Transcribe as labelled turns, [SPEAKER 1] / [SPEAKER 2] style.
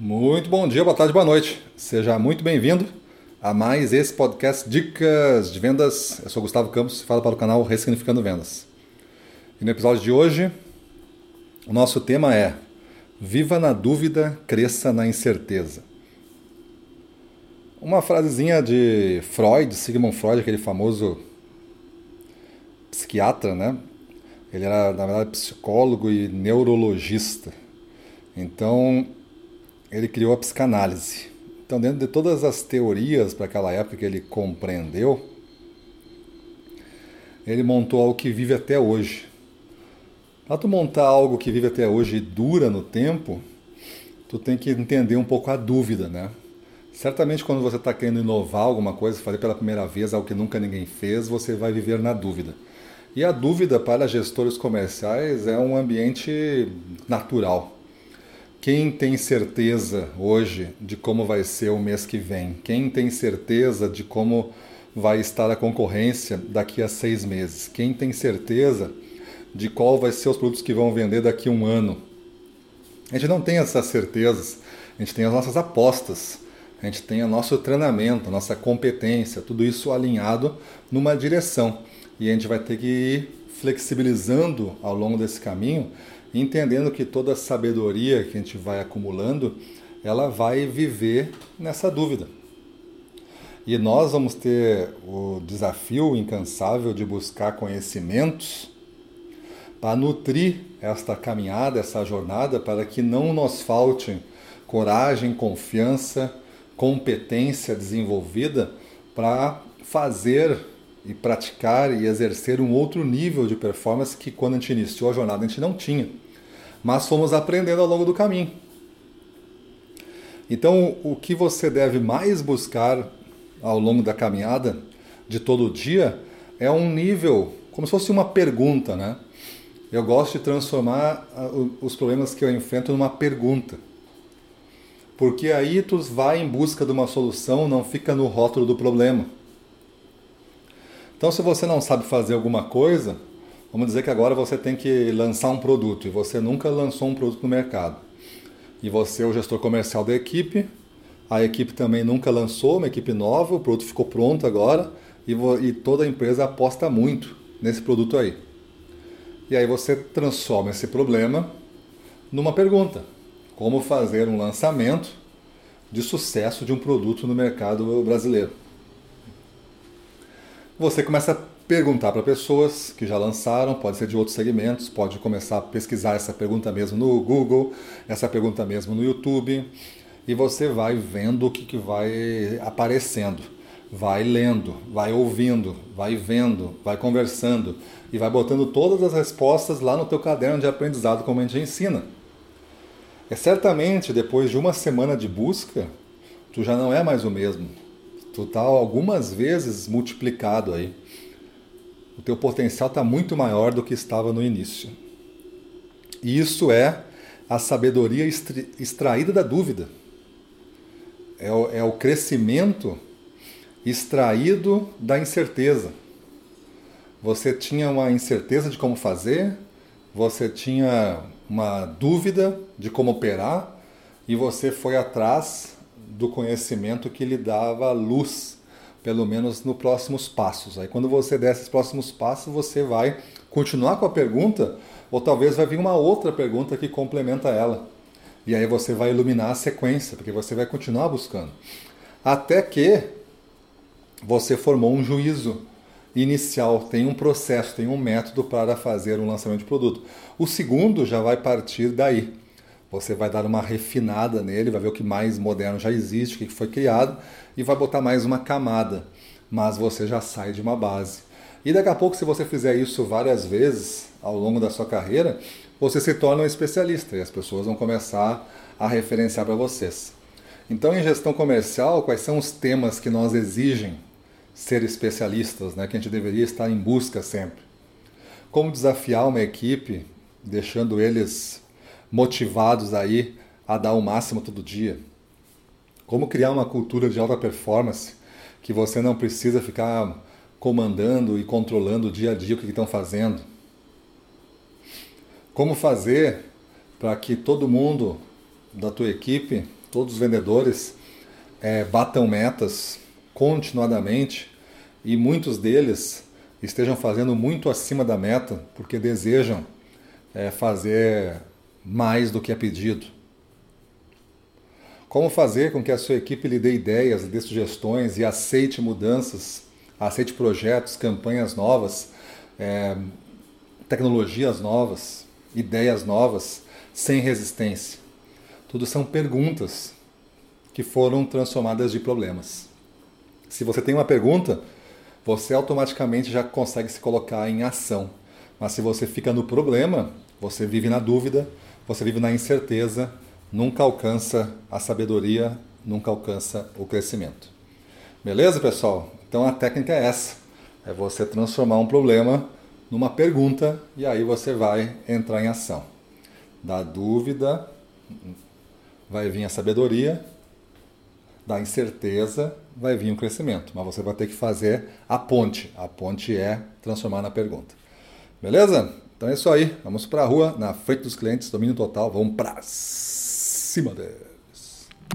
[SPEAKER 1] Muito bom dia, boa tarde, boa noite. Seja muito bem-vindo a mais esse podcast Dicas de Vendas. Eu sou Gustavo Campos e falo para o canal Ressignificando Vendas. E no episódio de hoje, o nosso tema é Viva na dúvida, cresça na incerteza. Uma frasezinha de Freud, Sigmund Freud, aquele famoso psiquiatra, né? Ele era, na verdade, psicólogo e neurologista. Então, ele criou a psicanálise. Então, dentro de todas as teorias para aquela época que ele compreendeu, ele montou algo que vive até hoje. Para tu montar algo que vive até hoje e dura no tempo, tu tem que entender um pouco a dúvida, né? Certamente quando você está querendo inovar alguma coisa, fazer pela primeira vez algo que nunca ninguém fez, você vai viver na dúvida. E a dúvida para gestores comerciais é um ambiente natural. Quem tem certeza hoje de como vai ser o mês que vem? Quem tem certeza de como vai estar a concorrência daqui a 6 meses? Quem tem certeza de qual vai ser os produtos que vão vender daqui a um ano? A gente não tem essas certezas, a gente tem as nossas apostas, a gente tem o nosso treinamento, a nossa competência, tudo isso alinhado numa direção. E a gente vai ter que ir flexibilizando ao longo desse caminho, entendendo que toda a sabedoria que a gente vai acumulando, ela vai viver nessa dúvida. E nós vamos ter o desafio incansável de buscar conhecimentos para nutrir esta caminhada, essa jornada, para que não nos falte coragem, confiança, competência desenvolvida para fazer e praticar e exercer um outro nível de performance que quando a gente iniciou a jornada a gente não tinha, mas fomos aprendendo ao longo do caminho. Então, o que você deve mais buscar ao longo da caminhada de todo dia é um nível, como se fosse uma pergunta, né? Eu gosto de transformar os problemas que eu enfrento numa pergunta. Porque aí tu vai em busca de uma solução, não fica no rótulo do problema. Então, se você não sabe fazer alguma coisa, vamos dizer que agora você tem que lançar um produto e você nunca lançou um produto no mercado. E você é o gestor comercial da equipe, a equipe também nunca lançou, uma equipe nova, o produto ficou pronto agora e toda a empresa aposta muito nesse produto aí. E aí você transforma esse problema numa pergunta. Como fazer um lançamento de sucesso de um produto no mercado brasileiro? Você começa a perguntar para pessoas que já lançaram, pode ser de outros segmentos, pode começar a pesquisar essa pergunta mesmo no Google, essa pergunta mesmo no YouTube, e você vai vendo o que vai aparecendo, vai lendo, vai ouvindo, vai vendo, vai conversando, e vai botando todas as respostas lá no teu caderno de aprendizado como a gente ensina. E certamente, depois de uma semana de busca, tu já não é mais o mesmo. Tu está algumas vezes multiplicado aí. O teu potencial está muito maior do que estava no início. E isso é a sabedoria extraída da dúvida. É o crescimento extraído da incerteza. Você tinha uma incerteza de como fazer, você tinha uma dúvida de como operar e você foi atrás do conhecimento que lhe dava luz, pelo menos nos próximos passos. Aí quando você der esses próximos passos, você vai continuar com a pergunta ou talvez vai vir uma outra pergunta que complementa ela. E aí você vai iluminar a sequência, porque você vai continuar buscando. Até que você formou um juízo inicial, tem um processo, tem um método para fazer um lançamento de produto. O segundo já vai partir daí. Você vai dar uma refinada nele, vai ver o que mais moderno já existe, o que foi criado, e vai botar mais uma camada. Mas você já sai de uma base. E daqui a pouco, se você fizer isso várias vezes ao longo da sua carreira, você se torna um especialista e as pessoas vão começar a referenciar para vocês. Então, em gestão comercial, quais são os temas que nós exigem ser especialistas, né, que a gente deveria estar em busca sempre? Como desafiar uma equipe, deixando eles motivados aí a dar o máximo todo dia? Como criar uma cultura de alta performance que você não precisa ficar comandando e controlando dia a dia o que estão fazendo? Como fazer para que todo mundo da tua equipe todos os vendedores batam metas continuadamente e muitos deles estejam fazendo muito acima da meta porque desejam fazer mais do que é pedido. Como fazer com que a sua equipe lhe dê ideias, lhe dê sugestões e aceite mudanças, aceite projetos, campanhas novas, tecnologias novas, ideias novas, sem resistência? Tudo são perguntas que foram transformadas de problemas. Se você tem uma pergunta, você automaticamente já consegue se colocar em ação. Mas se você fica no problema, você vive na dúvida, você vive na incerteza, nunca alcança a sabedoria, nunca alcança o crescimento. Beleza, pessoal? Então a técnica é essa. É você transformar um problema numa pergunta e aí você vai entrar em ação. Da dúvida vai vir a sabedoria, da incerteza vai vir o crescimento. Mas você vai ter que fazer a ponte. A ponte é transformar na pergunta. Beleza? Então é isso aí. Vamos para a rua, na frente dos clientes, domínio total. Vamos para cima deles.